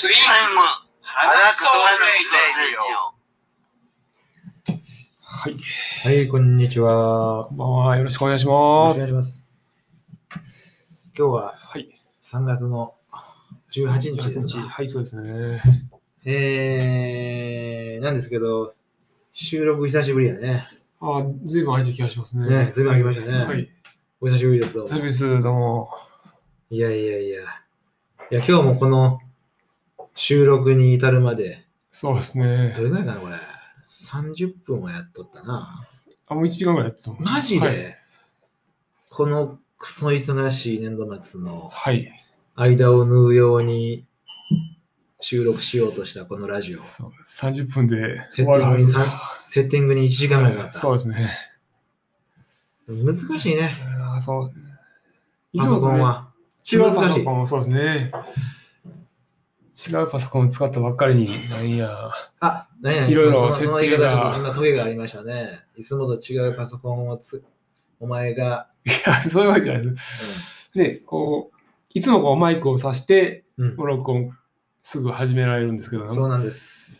スイング花くそレディオ。 はい。 はい、こんにちは。 こんばんは。よろしくお願いしよろしくお願います。 します。今日ははい。 3月の18日です 18日。 か。 はい、そうですね。 なんですけど、収録久しぶりやね。 ずいぶん空いた気がしますね。 ね、ずいぶん空きましたね。 はい。 お久しぶりです。どうも。 サービス、どうも。 いや、今日もこの収録に至るまで、 そうですねど。れぐらいかな、これ。30分はやっとったな。 もう1時間ぐらいやってたもん。 マジで、 はい。 このクソ忙しい年度末のはい。 間を縫うように収録しようとしたこのラジオ。 そう30分でセッ終わるはず。 セッティングに1時間ぐらいかかった。 そうですね。 難しいね。 そう。 パソコンは。 違うパソコン、そうですね。違うパソコンを使ったばっかりに、なんや。いろいろ設定が。 その言い方ちょっと今トゲがありましたね。いつもと違うパソコンをお前が。 いや、そういうわけじゃないです。で、いつもマイクを挿して、録音すぐ始められるんですけど、 そうなんです。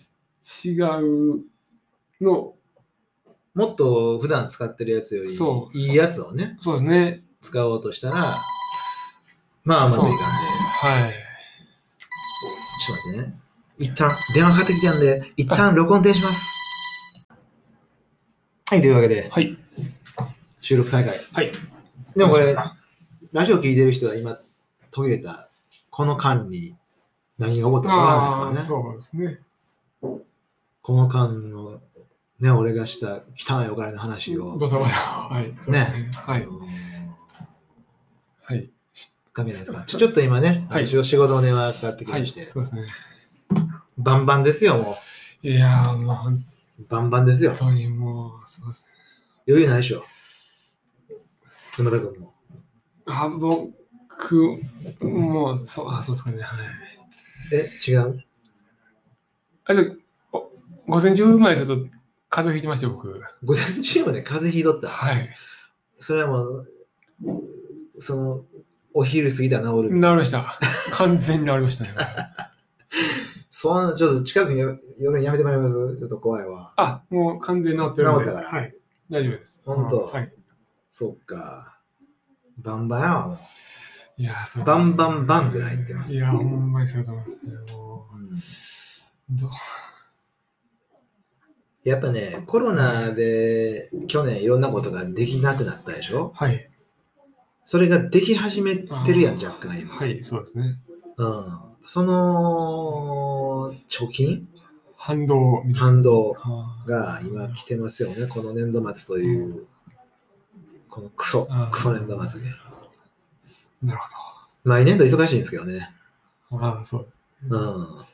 違うの。 もっと普段使ってるやつよりいいやつをね、 そうですね。 使おうとしたら、まあうまくいかんで。 はい。 ちょっと待ってね。一旦電話かかってきたんで、一旦録音停止します。はい、というわけで、 はい。 収録再開。 はい。 でもこれ、ラジオ聞いてる人は今、途切れた、この間に何が起こったかわからないですからね。 そうですね。 この間の、ね、俺がした汚いお金の話を。 はい。 ね。 はい。はい。 関係ないですか。ちょっと今ね、仕事の電話かかってきまして。 そうですね。 バンバンですよ、もう。いやー、もう。 バンバンですよ。 本当にもう、そうですね。 余裕ないでしょ。熊田君も。 僕、もう、そうですかね。はい。 違う午前中までちょっと風邪ひいてましたよ、僕。 午前中まで風邪ひいとった。 はい。 それはもう、お昼過ぎたら治る。 治りました。完全に治りましたね。 ちょっと近くに夜にやめてもらいます。ちょっと怖いわ。 もう完全に治ってるんで。 治ったから。 はい。大丈夫です。 本当。 はい。 そっか。バンバンやわ、もう。 いや、そう。 バンバンバンぐらい入ってます。 いや、ほんまにそうだと思いますね。もう。 やっぱね、コロナで去年いろんなことができなくなったでしょ。 はい。 それができ始めてるやん、若干今。 はい、そうですね。 その貯金反動が今来てますよね、この年度末という、このクソ年度末で。 なるほど。毎年度忙しいんですけどね。 そうです。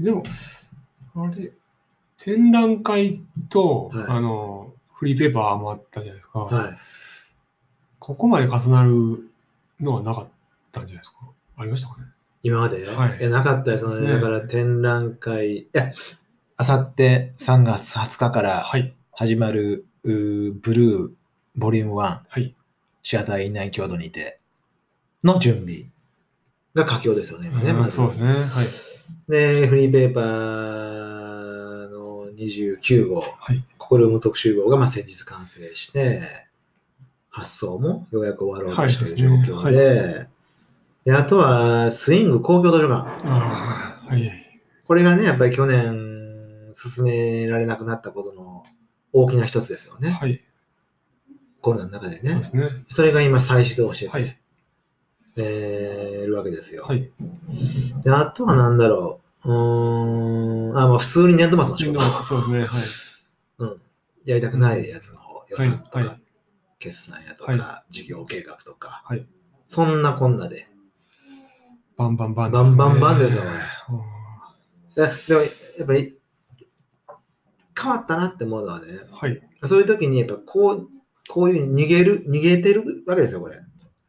でも、あれ、展覧会と、フリーペーパーもあったじゃないですか。 はい。 ここまで重なるのはなかったんじゃないですか。ありましたかね。 今まで、 はい、 なかったですね。だから展覧会、あさって3月20日から始まる、ブルーボリューム1、 はい、 シアターインナイ京都にての準備が佳境ですよね、今ね。まずそうですね。はい。 で、フリーペーパーの29号、心無特集号が先日完成して、発送もようやく終わろうとしている状況で、で、あとはスイング公共図書館。これがね、やっぱり去年進められなくなったことの大きな一つですよね。 はい、 コロナの中でね。 そうですね。 それが今再始動してて、るわけですよ。 はい、 で、あとは何だろう。まあ普通に年度末の仕事。 そうですね。はい。 やりたくないやつの方、予算とか、決算やとか、事業計画とか、そんなこんなで。 バンバンバンですよ、でも、やっぱり、変わったなって思うのはね、そういう時に、やっぱこういう逃げてるわけですよ、これ。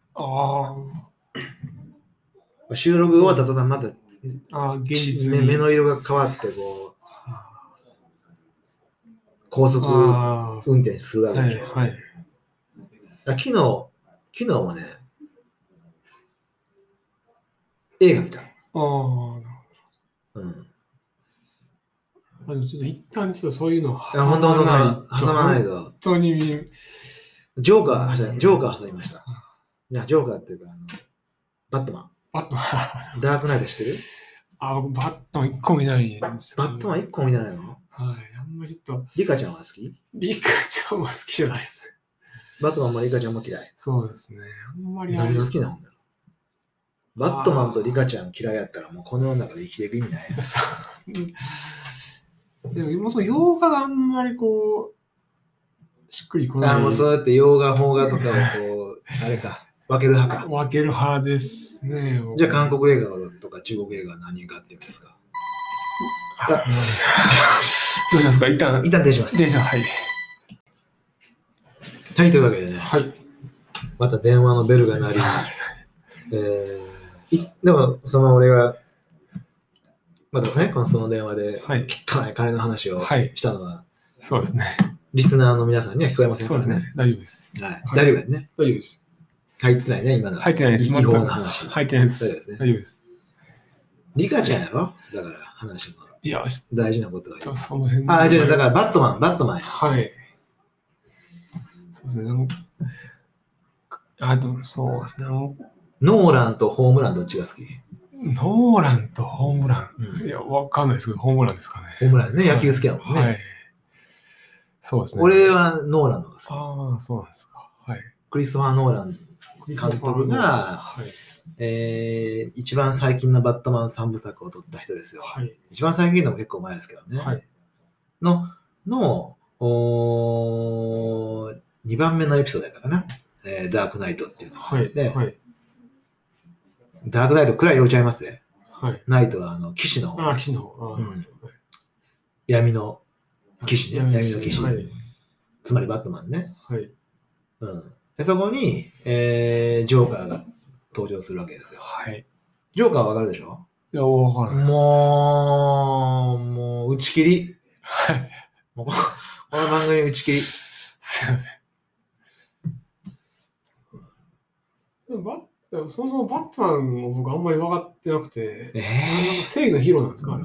収録終わった途端、また、 現実に目の色が変わって、高速運転するわけでしょ。昨日もね、映画見た。 ちょっと一旦ちょっとそういうのを挟まないと。 本当に。 ジョーカー挟みました。いや、ジョーカーっていうか、バットマン。ダークナイト知ってる？ 僕バットマン1個見ないんですよ、 バットマン1個見ないの？ はい。あんまりちょっと。 リカちゃんは好き？ リカちゃんは好きじゃないですね。 バットマンもリカちゃんも嫌い。 そうですね。あんまり何が好きなんだろう。バットマンとリカちゃん嫌いやったらもうこの世の中で生きていく意味ないやん。 でも妹洋画があんまりこうしっくりこない。 もうそうやって洋画、邦画とかをこうあれか分ける派か。 分ける派ですね。 じゃあ韓国映画とか中国映画は何がっていうんですか？ どうしますか？一旦停止します。 はい。 はい、というわけでね。 はい。 また電話のベルが鳴り。でも、その俺が、またね、その電話で、汚い金の話をしたのは、 そうですね。 リスナーの皆さんには聞こえませんか？ そうですね。大丈夫です。 はい。大丈夫やね。 大丈夫です。 入ってないね、今の。 入ってないです。 違法な話。 入ってないです。大丈夫です。 リカちゃんやろ？だから話の。 いや、 大事なことは。 その辺。 だからバットマンや。 はい。そうですね。そうですね。 ノーランとホームランどっちが好き？ ノーランとホームラン。いや、わかんないですけど、ホームランですかね。 ホームランね、野球好きやもんね。はい。 そうですね。 俺はノーランの方が好き。 ああ、そうなんですか。はい。 クリストファー・ノーラン監督が、一番最近のバットマン3部作を撮った人ですよ。はい。一番最近のも結構前ですけどね。はい。の2番目のエピソードやからな。ダークナイトっていうのが。で、はい、ダークナイトくらい置いちゃいますね。はい、ナイトは騎士の方。 騎士の方。 闇の騎士ね。闇の騎士。はい、つまりバットマンね。はい。でそこに、ジョーカーが登場するわけですよ。はい。ジョーカーはわかるでしょ？ いや、わからないです。 もう、打ち切り。はい。もうこの番組打ち切り。 すいません。そもそもバットマンを僕あんまり分かってなくて、正義のヒーローなんですか、あれ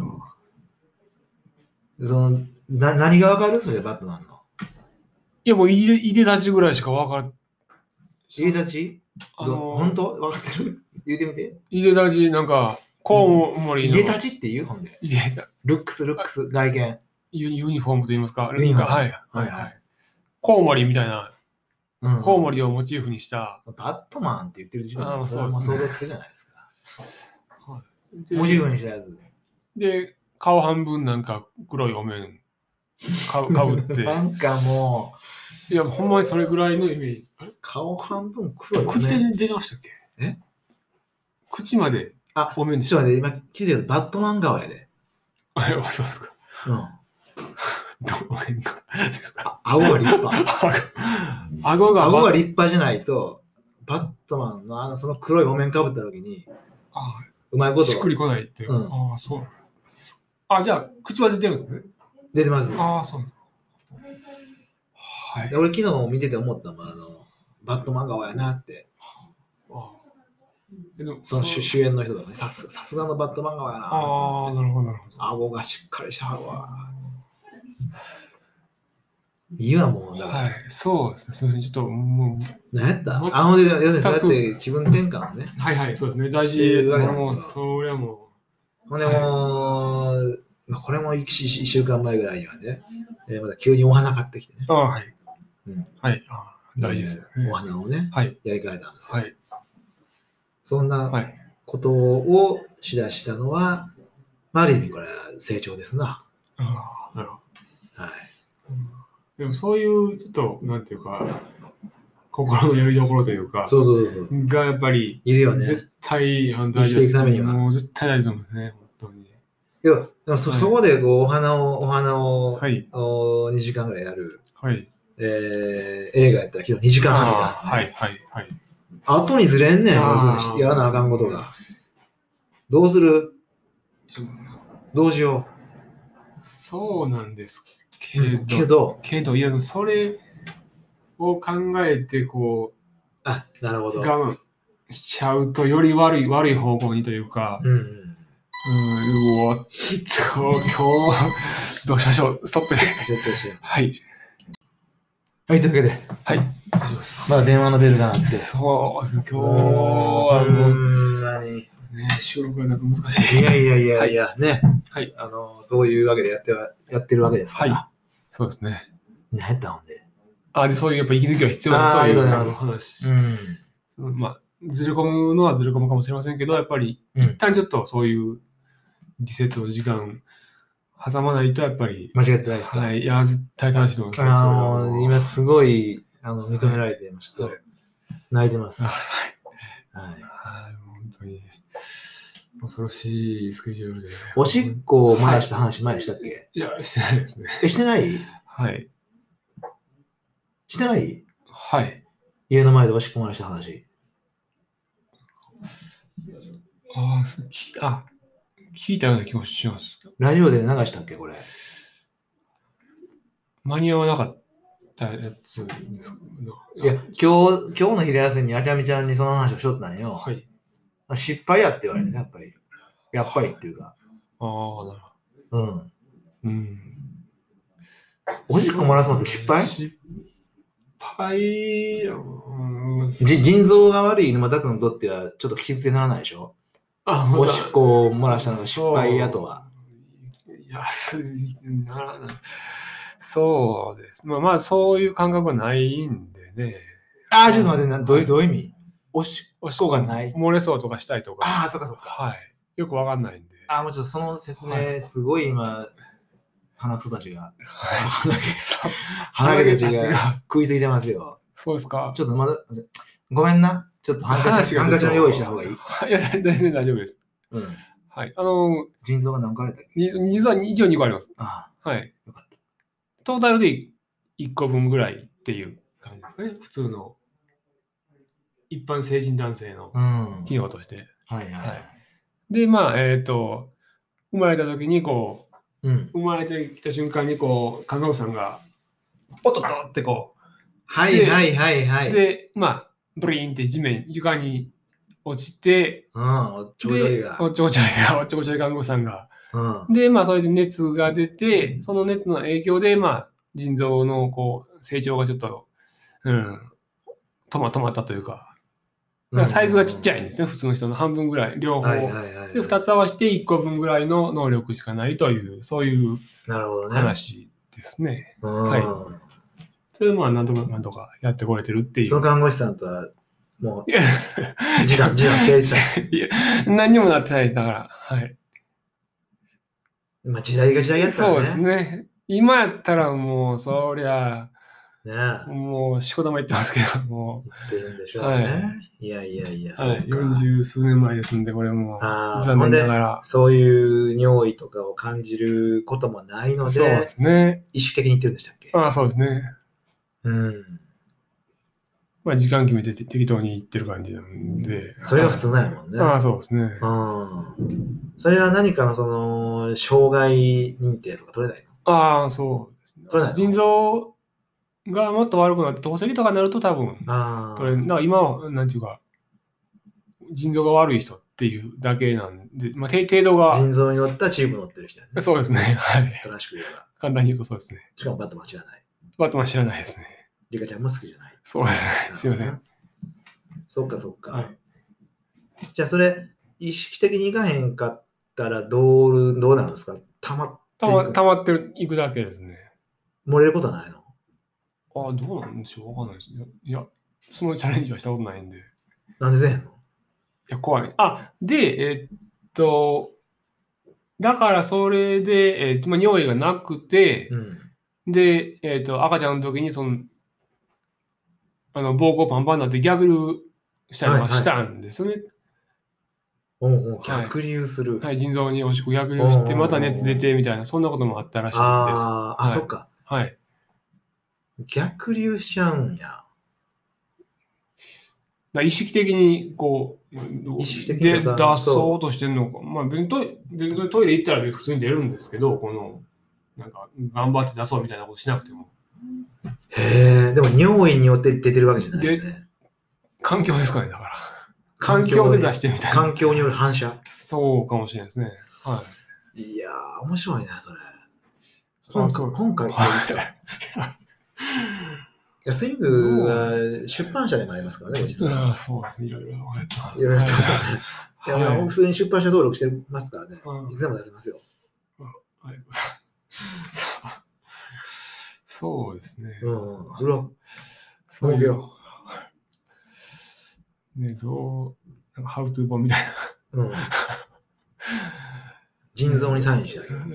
は。 何が分かる？それバットマンの。 いや、もういでたちぐらいしか分かる。 いでたち？本当？分かってる？言うてみて。 いでたち、なんか、コウモリの。 いでたちって言う？ほんで。ルックス、外見。 ユニフォームと言いますか。 ユニフォーム。 はい。コウモリみたいな。コウモリをモチーフにした。 バットマンって言ってる時点で、それはもう想像つくじゃないですか。モチーフにしたやつ。 で、顔半分なんか黒いお面かぶって。 なんかもう。いや、ほんまにそれぐらいのイメージ。 顔半分黒いお面。 口で出ましたっけ？口までお面でした。 ちょっと待って、今気づいたバットマン顔やで。 そうですか。どの辺がですか？ 顎が立派。顎が立派じゃないと、バットマンのその黒いお面かぶった時に、うまいこと。 しっくりこないっていう。そうなんです。じゃあ、口は出てるんですね。 出てます。 そうなんですか。 はい。俺昨日見てて思ったのは、バットマン顔やなって。その主演の人だね。さすがのバットマン顔やな。 なるほど。 顎がしっかりしてはるわ。いいわ、もう。 はい、そうですね。すみません、ちょっと、もう。 何やった？ほんで、要するにそうやって気分転換をね。 はい、そうですね。大事。もう、それはもう。ほんでもう、これも1週間前ぐらいにはね、また急にお花買ってきてね。 はい。はい。大事ですよね。お花をね、やりかえたんですよ。はい。そんなことをしだしたのは、ある意味これは成長ですな。 なるほど。はい。でもそういうちょっとなんていうか心のよりどころというか、 そうがやっぱりいるよね。 絶対生きていくためにはもう絶対大事なんですね、本当に。 いやでもそこでこうお花を2時間ぐらいやる、映画やったら昨日2時間半見たんですね。はい。後にずれんねん、やらなあかんことが。どうする？どうしよう。そうなんですけど、いや、それを考えて、こう、 なるほど。 我慢しちゃうと、より悪い方向にというか、 どうしましょう。ストップで。 絶対します。 はい。 はい、というわけで。 はい。 まだ電話のベルが鳴って。 そうですね。今日はもう、 ね、 収録がなんか難しい。 いや、ね。 はい。 そういうわけでやってるわけですから。 はい。そうですね。 何やったんで。 で、そういうやっぱ息抜きは必要だという話。まあ、ずれ込むのはずれ込むかもしれませんけど、やっぱり、一旦ちょっとそういうリセットの時間、挟まないとやっぱり。 間違ってないですか？ はい。いや、絶対正しいと思います。 今すごい、認められて、ちょっと、泣いてます。はい。 本当に、恐ろしいスケジュールで。 おしっこを漏らした話前したっけ？ いや、してないですね。 してない？ はい。 してない？ はい。 家の前でおしっこ漏らした話。 聞いたような気がします。 ラジオで流したっけ、これ。 間に合わなかったやつですいや、今日の昼休みにあきゃみちゃんにその話をしとったんよ。 はい。 失敗やって言われてね、やっぱり。やっぱりっていうか。 なるほど。おしっこ漏らすのって失敗？腎臓が悪い沼田君にとってはちょっと傷にならないでしょ？おしっこを漏らしたのが失敗やとは。 いや、ならない。そうです。まあ、そういう感覚はないんでね。 ちょっと待って、どういう意味？おしっこがない。 漏れそうとかしたいとか。 そっか。 はい。よくわかんないんで。 もうちょっとその説明、すごい今、鼻くそたちが。鼻毛たちが食いすぎてますよ。 そうですか。 ちょっとまだ、ごめんな。ちょっとハンカチの用意した方がいい？ いや、全然大丈夫です。はい。 腎臓が何個あるんだっけ？ 腎臓は一応2個あります。 はい。 よかった。トータルで1個分ぐらいっていう感じですかね。普通の一般成人男性の機能として。で、生まれた時に生まれてきた瞬間に看護師さんがポトッとってで、ブリーンって床に落ちて、おっちょこちょい看護師さんが。で、それで熱が出て、その熱の影響で、腎臓の成長がちょっと、止まったというか、サイズがちっちゃいんですね、普通の人の半分ぐらい、両方。で、2つ合わせて1個分ぐらいの能力しかないという、そういう話ですね。はい。それでなんとかやってこれてるっていう。 その看護師さんとは、もう、示談成立した。 いや、何にもなってないです、だから。はい。 時代が時代やったらね。 そうですね。今やったらもう、そりゃ、もう、しこたま言ってますけど、もう。 言ってるんでしょうね。いや、 そうか。40数年前ですんで、これも残念ながら。 そういう尿意とかを感じることもないので、 そうですね。 意識的に言ってるんでしたっけ？ そうですね。時間決めて適当に言ってる感じなんで。 それが普通なんやもんね。 そうですね。 それは何かの障害認定とか取れないの？ そうですね。 取れないの？ 腎臓がもっと悪くなって、透析とかになると多分、取れる。だから今は、なんていうか、腎臓が悪い人っていうだけなんで、程度が。 腎臓に乗ったチーム乗ってる人やね。 そうですね。はい。 正しく言えば。 簡単に言うとそうですね。 しかもバットマン知らない。 バットマン知らないですね。 リカちゃんも好きじゃない。 そうですね。すいません。 そっか。じゃあそれ、意識的にいかへんかったらどうなるんですか？溜まっていくだけですね。 漏れることはないの？ どうなんでしょう？わかんないですね。いや、そのチャレンジはしたことないんで。 なんでせんの？ いや、怖い。で、だからそれで、尿意がなくて、で、赤ちゃんの時に膀胱パンパンになって逆流したりとかしたんですよね。 逆流する。 はい、腎臓におしっこ逆流して、また熱出てみたいな、そんなこともあったらしいです。 そっか。 はい。 逆流しちゃうんや。 意識的に意識的に出そうとしてるのか。別にトイレ行ったら普通に出るんですけど、なんか頑張って出そうみたいなことしなくても。 でも尿意によって出てるわけじゃないよね。 環境ですかね、だから。環境で出してみたいな。 環境による反射。 そうかもしれないですね。 いやー、面白いね、それ。 そう今回どうですか？いや、スイングは出版社でもありますからね、実は。 そうですね、いろいろ。 いろいろとさ、いや、普通に出版社登録してますからね、いつでも出せますよ。 そうですね。 うろ。 そういう。ね、なんかハウトゥー本みたいな。 腎臓にサインしてあげる。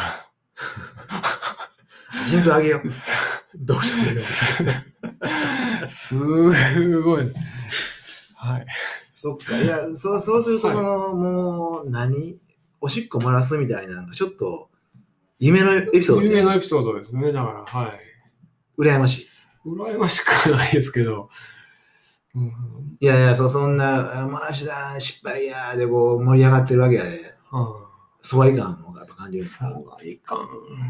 腎臓あげよう。どうしよう。 すごい。はい。 そっか。いや、そうすると、もう、おしっこ漏らすみたいな、ちょっと、夢のエピソード。 夢のエピソードですね、だから、はい。 羨ましい。 羨ましくはないですけど。 いやいや、そんな、漏らしだ、失敗や、でこう、盛り上がってるわけやで。疎外感のやっぱ感じるんですか？ 疎外感。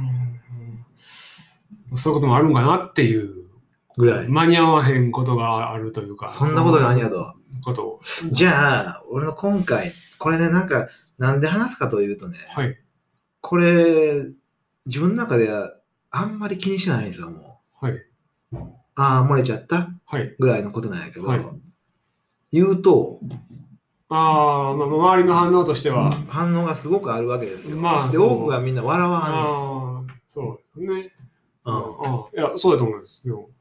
そういうこともあるんかなっていうぐらい。 間に合わへんことがあるというか。 そんなことが何やと。 ことじゃあ、俺の今回、これね、なんで話すかというとね、 はい、 これ、自分の中ではあんまり気にしてないんですよ、もう。はい、 ああ、漏れちゃったぐらいのことなんやけど、言うと、 周りの反応としては。 反応がすごくあるわけですよ。で、多くがみんな笑わんねん。そうですね。いや、そうだと思います。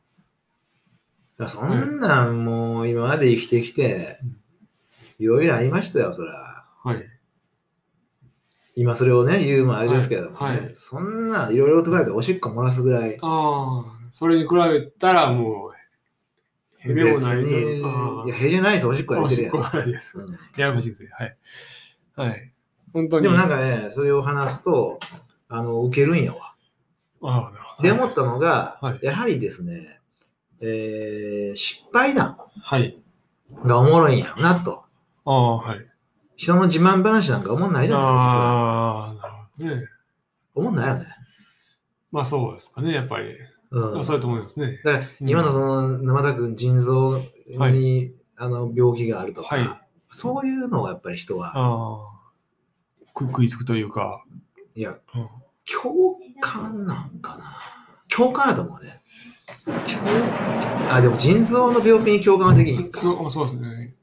そんなんもう今まで生きてきて、いろいろありましたよ、そりゃ。 はい。 今それをね、言うもあれですけどもね、そんないろいろと比べておしっこ漏らすぐらい。 それに比べたらもう、へでもないというか。いや、へじゃないです、おしっこやってるやん。 おしっこです。ややこしいですね。はい。はい。本当に。 でもなんかね、それを話すと、受けるんやわ。で、思ったのが、やはりですね、失敗談がおもろいんやろなと。人の自慢話なんかおもんないじゃないですか、 実は。なるほどね。 おもんないよね。 まあそうですかね、やっぱり。そうだと思いますね。 だから今のその生田君腎臓に病気があるとか、そういうのがやっぱり人は食いつくというか。 いや、共感なんかな。共感やと思うね。でも腎臓の病気に共感はできひんか。 そうですね。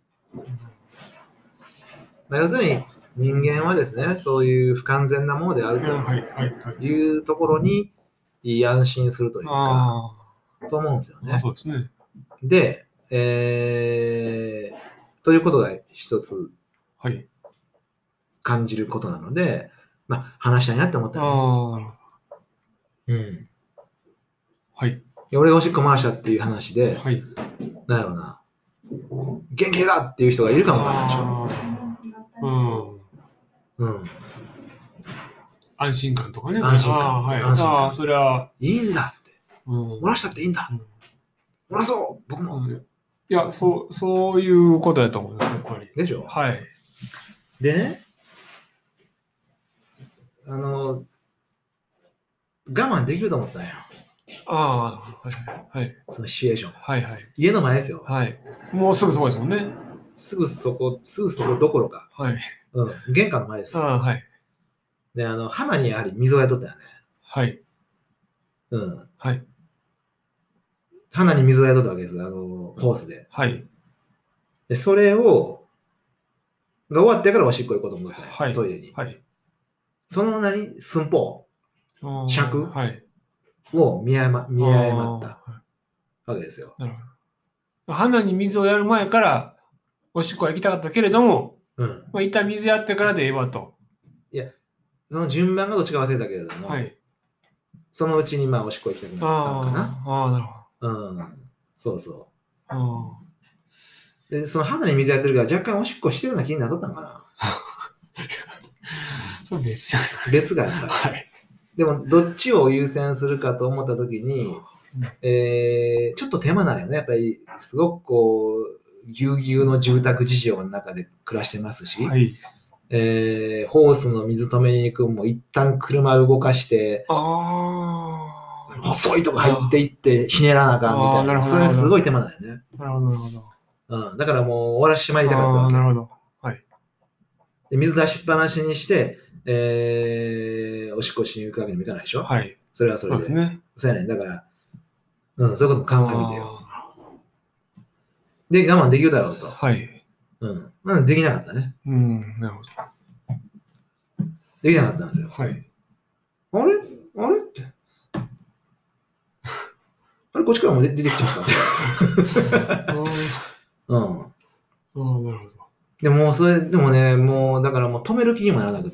要するに人間はですね、そういう不完全なものであるというところに安心するというか、と思うんですよね。 そうですね。 で、ということが一つ感じることなので、話したいなって思ったの。 俺がおしっこ回したっていう話で、なんやろうな、元気だっていう人がいるかもわからないでしょ。 安心感とかね。 安心感。 それは。 いいんだって。漏らしたっていいんだ。漏らそう僕も。 いや、そういうことだと思います、やっぱり。 でしょ？ はい。 でね、我慢できると思ったんよ。そのシチュエーション。家の前ですよ。 もうすぐそこですもんね。 すぐそこどころか。玄関の前です。で、花にやはり水をやっとったよね。花に水をやっとったわけです。ホースで。で、それが終わってからおしっこ行こうと思ったよ。トイレに。その寸法、尺を見誤ったわけですよ。 花に水をやる前からおしっこは行きたかったけれども、一旦水やってからでええわと。 いや、その順番がどっちか忘れたけれども、そのうちにおしっこ行きたくなったのかな。 なるほど。そうそう。で、その肌に水やってるから若干おしっこしてるような気になっとったのかな。別がやっぱり。でも、どっちを優先するかと思ったときに、ちょっと手間なんよね。やっぱり、すごくこう、ぎゅうぎゅうの住宅事情の中で暮らしてますし、ホースの水止めに行くも一旦車動かして、細いとこ入っていってひねらなあかんみたいな。それはすごい手間だよね。 なるほど。 だからもう終わらしまいたかったわけ。 なるほど。 で水出しっぱなしにして、おしっこしに行くわけにもいかないでしょ。 はい。 それはそれで。 そうですね。 そうやねん。だから、そういうことも考えてみてよ。で、我慢できるだろうと。 はい。 できなかったね。 なるほど。 できなかったんですよ。 はい。 あれって。あれ、こっちからも出てきちゃったって。 なるほど。 でも、でもね、もう、だからもう止める気にもならなくって。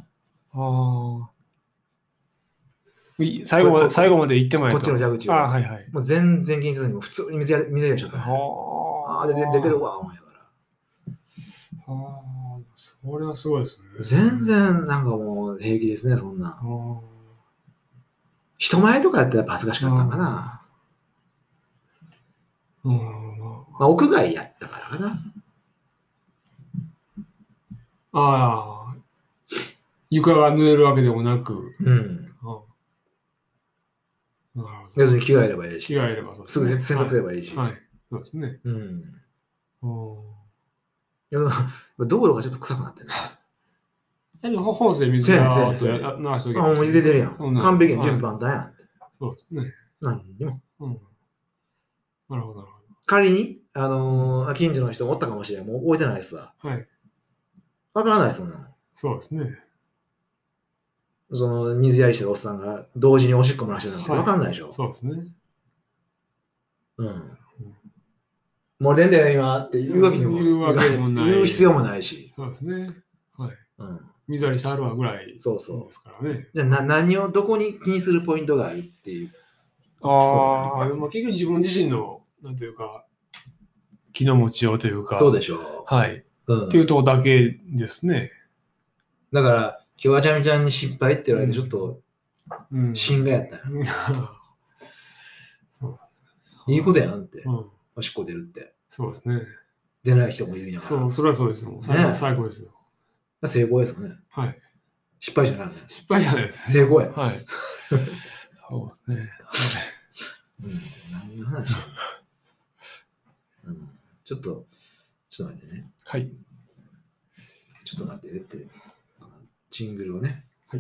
最後まで行ってもらえこっちの蛇口を。 はいはい。 もう全然気にせずに、普通に水やりしちゃったね。出てるわ、思いながら。 それはすごいですね。 全然、なんかもう平気ですね、そんな。人前とかやったらやっぱ恥ずかしかったんかな。屋外やったからかな。 床が濡れるわけでもなく。 別に着替えればいいし。 着替えればそうすぐ洗濯すればいいし。 はい。そうですね。 道路がちょっと臭くなってるね。 ホースで水を流しとけば。 水出てるやん。完璧に準備万端やんって。 そうですね。 何にも。 なるほど。 仮に、近所の人もおったかもしれん。もう置いてないですわ。 はい。 わからない、そんなの。 そうですね。 その水やりしてるおっさんが同時におしっこ漏らしてるなんてわかんないでしょ。 そうですね。 もう出んだよ今って言うわけにもない。言う必要もないし。 そうですね。はい。水やりしてあるわぐらいですからね。 じゃあ何をどこに気にするポイントがあるっていう。 結局自分自身の、なんていうか、気の持ちようというか。 そうでしょう。はい。っていうとこだけですね。 だから、今日はちゃみちゃんに失敗って言われて、ちょっと、心外やったよ。いいことやんって。おしっこ出るって。 そうですね。 出ない人もいるんやから。 それはそうですよ。最高ですよ。 成功ですよね。 はい。 失敗じゃないね。 失敗じゃないです。 成功や。 はい。そうですね。 何の話やちょっと待ってね。 はい。 ちょっと待ってって。ジングルをね。 はい。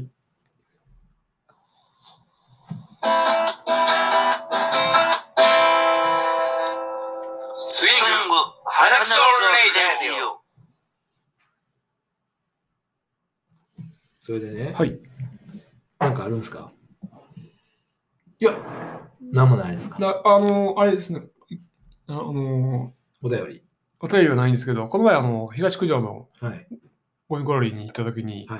スイング鼻くそレディオ。 それでね。 はい。 なんかあるんですか？ いや、 なんもないですか？ あれですね。 お便りはないんですけど、この前東九条のゴインコロリーに行った時に、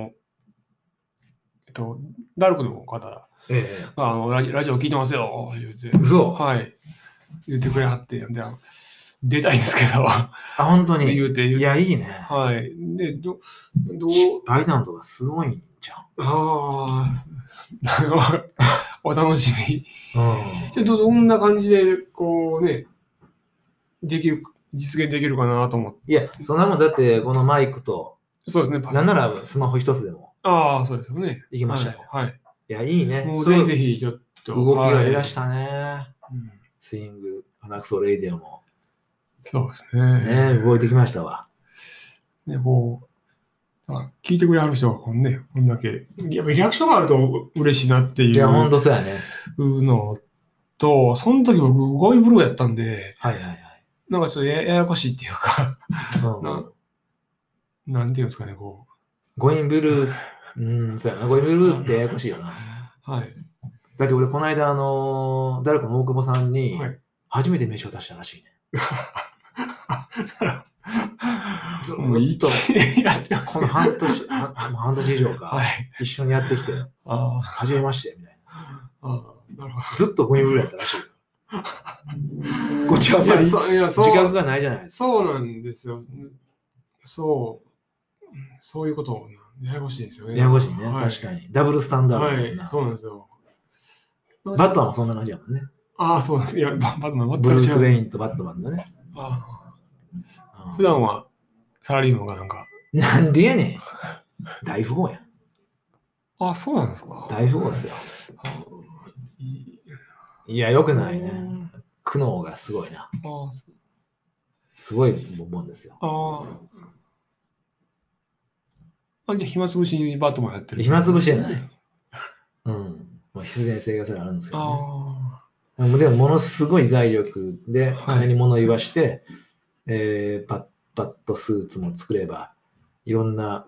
ダルクの方、ラジオ聞いてますよ、言うて。 嘘？ はい。言ってくれはって、出たいんですけど。 本当に。 言うて。 いや、いいね。 はい。で、 失敗談とかすごいんじゃん。 お楽しみ。どんな感じで、こうね、実現できるかなと思って。 いや、そんなもんだって、このマイクと、 そうですね。 なんならスマホ一つでも。 そうですよね。 行きましたよ。 はい。 いや、いいね。 もうぜひちょっと。 動きが出だしたね。スイング、鼻くそレイディオも。 そうですね。 動いてきましたわ。 ね、聞いてくれはる人がこんだけ、やっぱリアクションがあると嬉しいなっていう。 いや、ほんとそうやね。 のと、その時僕、ゴイブルーやったんで、なんかちょっとややこしいっていうか、なんていうんですかね、 ゴインブルー、そうやな、ゴインブルーってややこしいよな。 はい。 だって俺、この間、誰かの大久保さんに、初めて名刺を出したらしいね。ずっとやってます。 この半年以上か、一緒にやってきて、初めまして、みたいな。ずっとゴインブルーやったらしい。こっちはあんまり自覚がないじゃないですか。 そうなんですよ。そういうことややこしいですよね。 ややこしいね、確かに。ダブルスタンダード。 はい、そうなんですよ。 バットマンもそんな感じやもんね。 そうです。いや、バットマン、 ブルース・ウェインとバットマンのね。 普段はサラリーマンがなんか。 なんでやねん。大富豪やん。 そうなんですか。 大富豪ですよ。いや、よくないね。苦悩がすごいな。すごいもんですよ。 あ、じゃあ暇つぶしにバットマンやってる。 暇つぶしじゃない。うん。まあ、必然性がそれあるんですけどね。でも、ものすごい財力で、金に物言わして、バットスーツも作れば、いろんな、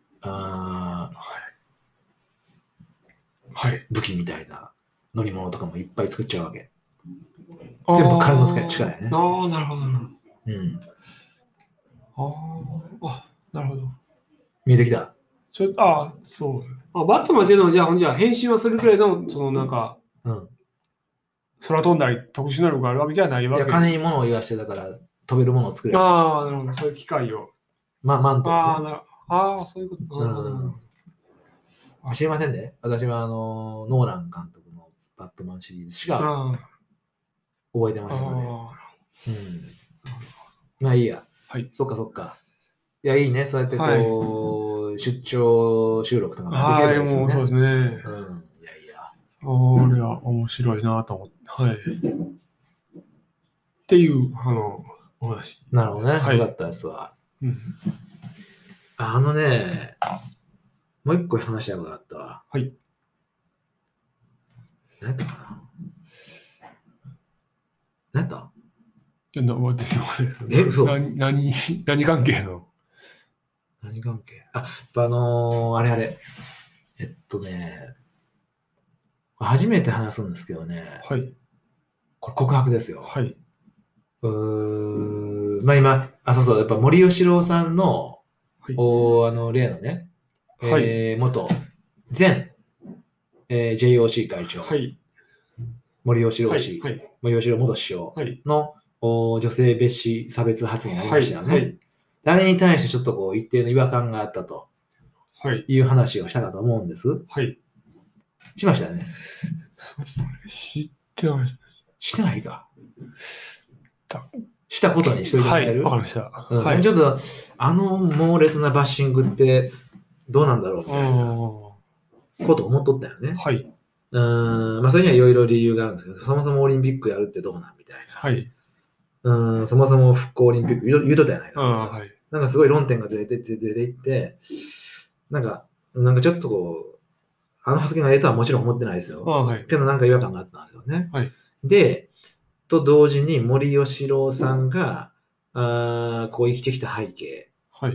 武器みたいな乗り物とかもいっぱい作っちゃうわけ。全部金の力やね。 ああ、なるほど。 うん。 なるほど。 見えてきた。 そう。バットマンっていうのは、じゃあ変身はするけれども、そのなんか、空飛んだり特殊能力があるわけじゃないわけ。 いや、金に物を言わして、だから飛べるものを作れる。 なるほど。そういう機械を。 マント、 ね。そういうこと。なるほど。 知りませんね。私はノーラン監督のバットマンシリーズしか覚えてませんので。まあいいや。そっか。いや、いいね。そうやって出張収録とかもできるんですよね。 そうですね。いや。それは面白いなと思って。っていうお話。 なるほどね。よかったですわ。もう一個話したことがあったわ。何やったかな。何やった？ 嘘。何関係の？ 何関係？あれ。初めて話すんですけどね。これ告白ですよ。まあ今、そう、やっぱ森喜朗さんの、例のね、元、前、JOC 会長、森喜朗氏、森喜朗元首相の、女性蔑視差別発言がありましたよね。あれに対してちょっと一定の違和感があったという話をしたかと思うんです。しましたよね。 知ってない。 してないか。したことにしといてもらえる？ わかりました。 ちょっと、猛烈なバッシングってどうなんだろうみたいなこと思っとったよね。まあ、それにはいろいろ理由があるんですけど、そもそもオリンピックやるってどうなんみたいな。そもそも復興オリンピック言うとったやないか。なんかすごい論点がずれていって、なんかちょっと発言がええとはもちろん思ってないですよ。けどなんか違和感があったんですよね。で、と同時に森喜朗さんが生きてきた背景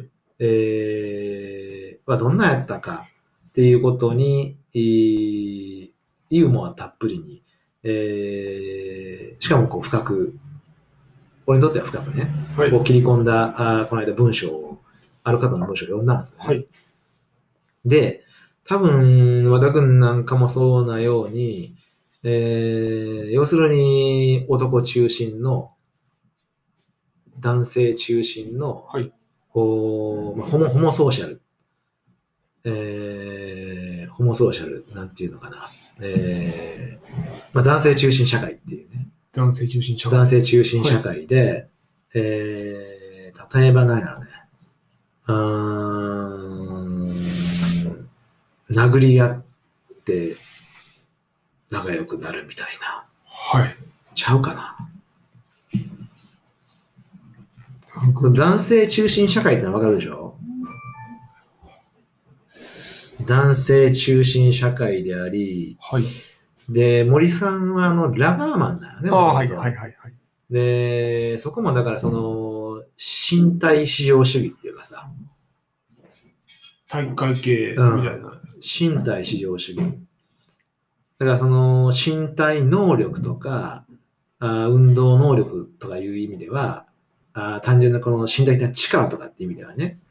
はどんなやったかっていうことにユーモアたっぷりに、しかも深く、俺にとっては深くね、切り込んだこの間ある方の文章を読んだんですよね。で、多分和田君なんかもそうなように、要するに男中心の男性中心の、ホモソーシャル、ホモソーシャルなんていうのかな、男性中心社会っていうね、 男性中心社会で、例えば何やろね、殴り合って仲良くなるみたいな。ちゃうかな。男性中心社会ってのはわかるでしょ？男性中心社会であり、で、森さんはラガーマンだよね。で、そこもだから身体至上主義っていうかさ。 体育会系みたいな。 身体至上主義。だから身体能力とか、運動能力とかいう意味では、単純なこの身体的な力とかっていう意味ではね、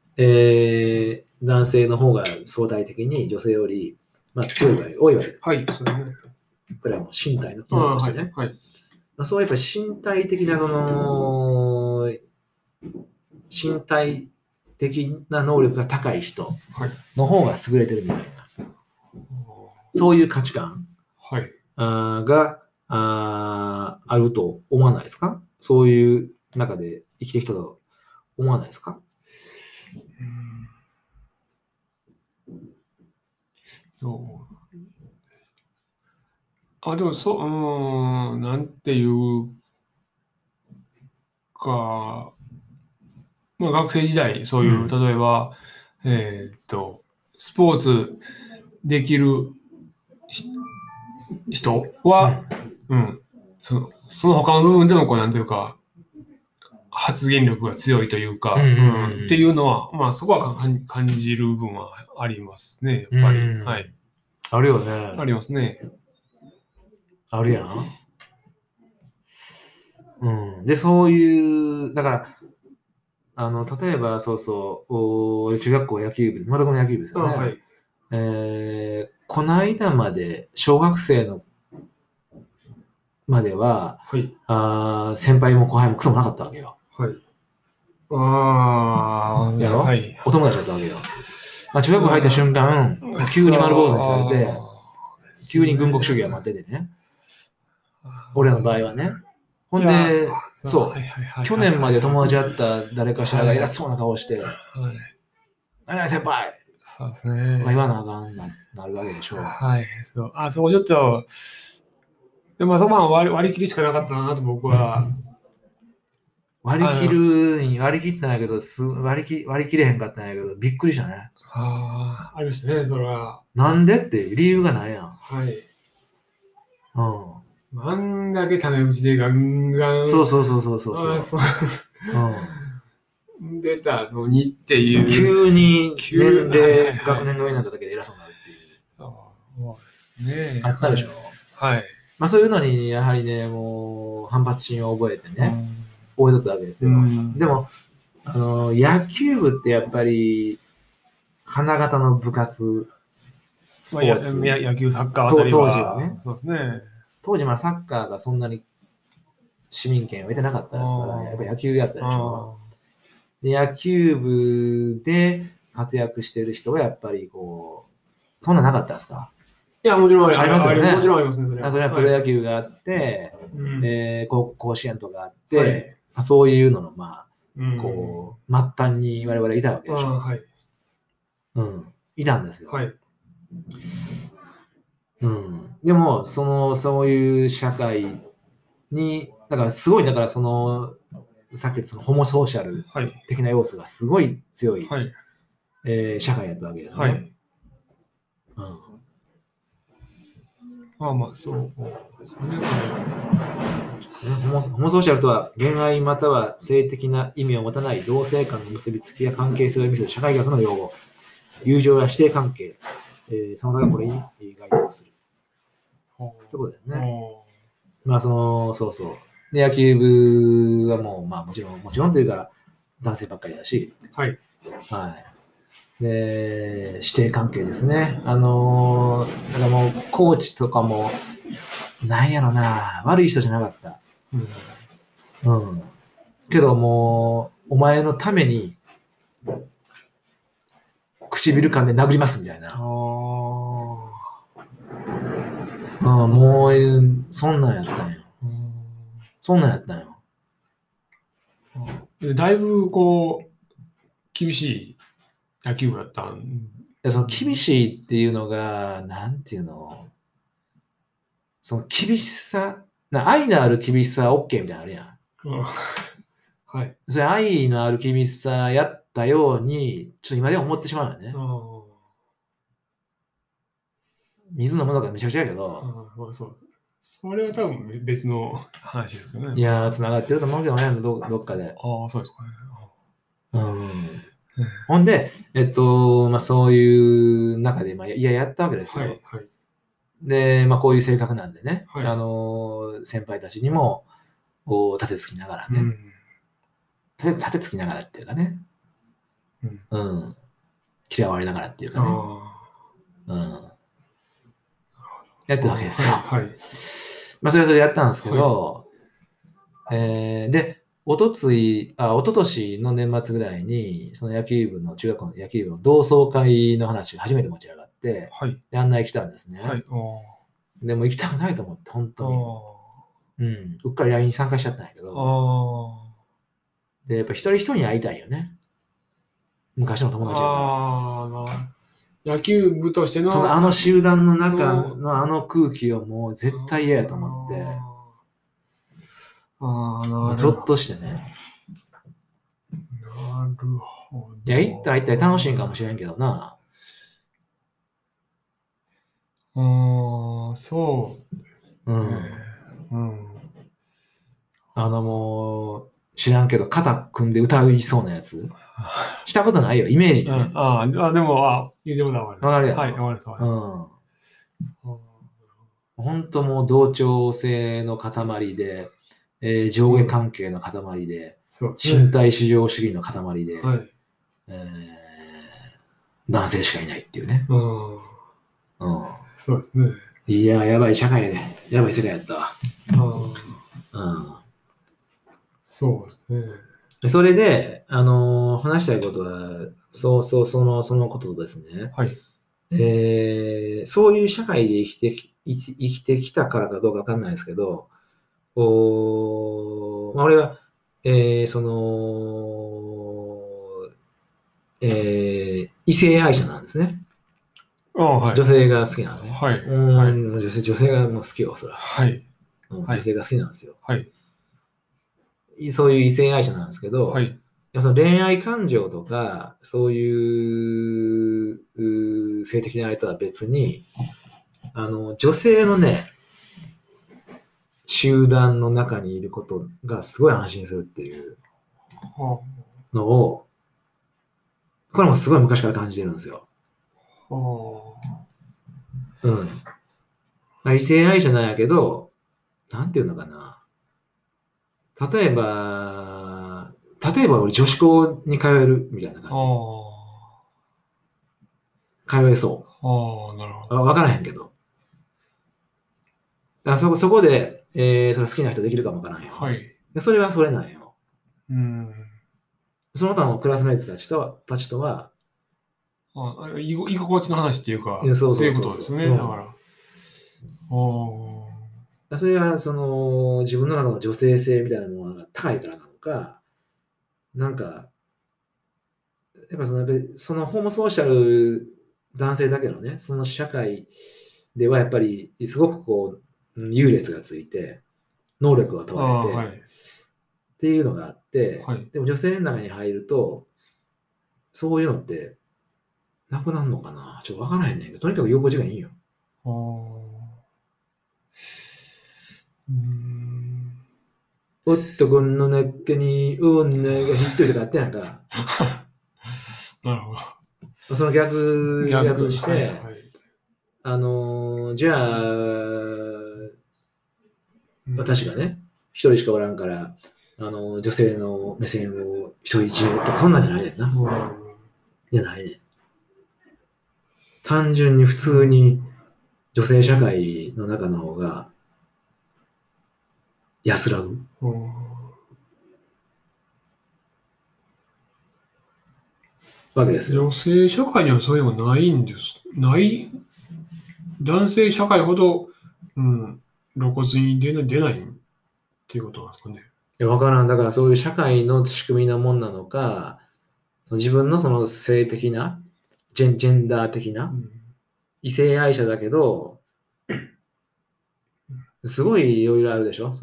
男性の方が相対的に女性より、強い場合多いわけです。これはもう身体の機能としてね。そうやっぱり身体的な身体的な能力が高い人の方が優れてるみたいな、そういう価値観があると思わないですか？そういう中で生きてきたと思わないですか？ でもなんていうか、学生時代、そういう、例えば、 スポーツできる人は、その他の部分でもこうなんというか発言力が強いというか、っていうのはまあそこは感じる部分はありますね、やっぱり。はい。 あるよね。 ありますね。 あるやん。で、そういう、だから、例えば、そうそう、中学校野球部、またこの野球部ですよね。はい。この間まで、小学生のまでは、はい、先輩も後輩もクソもなかったわけよ。はい。やろ、はい、お友達だったわけよ。まあ、中学校入った瞬間、急に丸坊主にされて、急に軍国主義が待っててね。俺らの場合はね。ほんで、そう、去年まで友達だった誰かしらが偉そうな顔して、何々先輩そうですね。 言わなあかんなるわけでしょう。 はい。そう。そこちょっと、でもそこは割り切りしかなかったなと僕は。 割り切ってないけど、割り切れへんかったんやけど、びっくりしたね。 ありましたね、それは。 なんでって理由がないやん。 はい。あんだけタメ口でガンガン。 そう。 出たのにっていう。 急に年齢、学年が上になっただけで偉そうになるっていう。ねえ。あったでしょ。 はい。 まあそういうのにやはりね、もう反発心を覚えてね、覚えとったわけですよ。でも、野球部ってやっぱり、花形の部活、 スポーツ。野球、サッカーあたりは。 当時はね。 そうですね。 当時まあサッカーがそんなに市民権を得てなかったですから、やっぱ野球やったでしょ。で野球部で活躍してる人はやっぱりこう、そんななかったですか？ いや、もちろんありますよね。 もちろんありますね、それは。 それはプロ野球があって、甲子園とかあって、そういうのの、まあ、こう、末端に我々いたわけでしょ。いたんですよ。でも、そういう社会に、だからすごい、だからさっき言ったそのホモソーシャル的な要素がすごい強い、社会やったわけですね。 まあ、そう。ホモソーシャルとは、恋愛または性的な意味を持たない同性間の結びつきや関係性を見せる社会学の用語。友情や師弟関係、その他がこれに該当する。ということだよね。まあ、そう。で、野球部はもう、まあ、もちろんというか、男性ばっかりだし。 はい。 で、師弟関係ですね。だからもう、コーチとかも、なんやろな、悪い人じゃなかった。けどもう、お前のために、唇噛んで殴りますみたいな。もう、そんなんやったんよ。 だいぶ、こう、厳しい野球部だったんその厳しいっていうのが、なんていうの、その厳しさ、愛のある厳しさは OK みたいなのあるやん。 はい。 それ愛のある厳しさやったように、ちょっと今では思ってしまうよね。水飲むのがめちゃくちゃやけど。 それは多分別の話ですよね。 いやー、繋がってると思うけどね、どっかで。 そうですかね。 ほんで、まあそういう中で、まあ、やったわけですよ。で、まあこういう性格なんでね、先輩たちにも、立てつきながらね、立てつきながらっていうかね、嫌われながらっていうかね、やってるわけですよ。まあそれはそれやったんですけど、で、おととしの年末ぐらいに、その中学校の野球部の同窓会の話が初めて持ち上がって、で案内来たんですね。でも行きたくないと思って、本当に。うっかり LINE に参加しちゃったんやけど、で、やっぱ一人一人に会いたいよね。昔の友達だから。 野球部としての。 あの集団の中のあの空気をもう絶対嫌やと思って。ゾッとしてね。 なるいや、行ったら行ったら楽しいんかもしれんけどな。 そう。 うん。もう、知らんけど、肩組んで歌いそうなやつしたことないよ、イメージで、ね。 でも、言うてもわかる。 わかるやろ。 はい、わかるです。 本当もう同調性の塊で、上下関係の塊で、身体至上主義の塊で、男性しかいないっていうね。 そうですね。 いや、やばい社会で、やばい世界やったわ。 そうですね。 それで、話したいことは、そのことですね。 はい。 そういう社会で生きてきたからかどうかわかんないですけど、俺は、異性愛者なんですね。女性が好きなんですね。女性がもう好きよ、それは。女性が好きなんですよ。そういう異性愛者なんですけど、その恋愛感情とか、そういう性的なあれとは別に、女性のね、集団の中にいることがすごい安心するっていうのを、これもすごい昔から感じてるんですよ。異性愛者なんやけど、なんていうのかな。例えば俺女子校に通えるみたいな感じ。通えそう。 なるほど。 わからへんけど。だからそこで、それ好きな人できるかもわからんよ。それはそれなんよ。その他のクラスメイトたちとは、 居心地の話っていうか、 そういうことですよね。だから。 それは自分の中の女性性みたいなものが高いからなのか、なんか、やっぱそのホモソーシャル男性だけどね、その社会ではやっぱりすごくこう、優劣がついて、能力が問われて、っていうのがあって、でも女性の中に入ると、そういうのってなくなるのかな、ちょっとわからへんねんけど、とにかく居心地がいいよ。男の中に女が一人とかあってやんか。 なるほど。 その逆として、じゃあ、私がね、一人しかおらんから、女性の目線を独り占めとか、そんなんじゃないねんな。じゃないねん。単純に普通に女性社会の中の方が安らぐ。わけですよ。 女性社会にはそういうのがないんです。男性社会ほど、露骨に出ないっていうことなんですかね。 わからん。だからそういう社会の仕組みなもんなのか、自分のその性的な、ジェンダー的な、異性愛者だけど、すごいいろいろあるでしょ。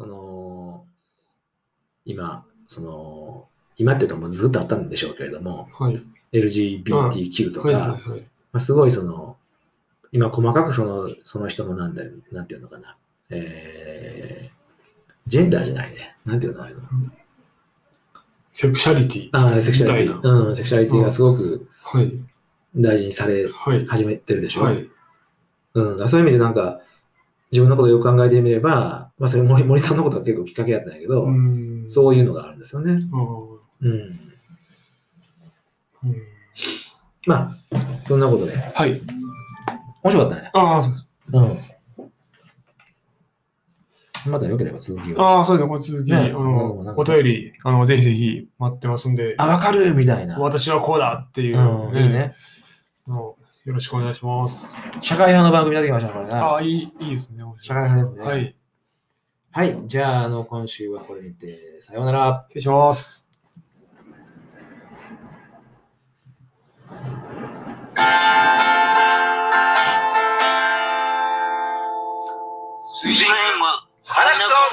今っていうかもうずっとあったんでしょうけれども、LGBTQ とか、すごい今細かくその人のなんていうのかな、ジェンダーじゃないね。なんていうのあれの。 セクシャリティ。 セクシャリティ。セクシャリティがすごく大事にされ始めてるでしょ。そういう意味でなんか、自分のことをよく考えてみれば、それ森さんのことが結構きっかけだったんだけど、そういうのがあるんですよね。そんなことで。面白かったね。 そうです。 またよければ続きを。 そうですね。この続き、お便り、ぜひぜひ待ってますんで。 わかるみたいな。 私はこうだっていう。いいね。よろしくお願いします。 社会派の番組になってきました、これね。 いいですね。 社会派ですね。はい。じゃあ、今週はこれにて、さようなら。 失礼します。 水分を鼻くそ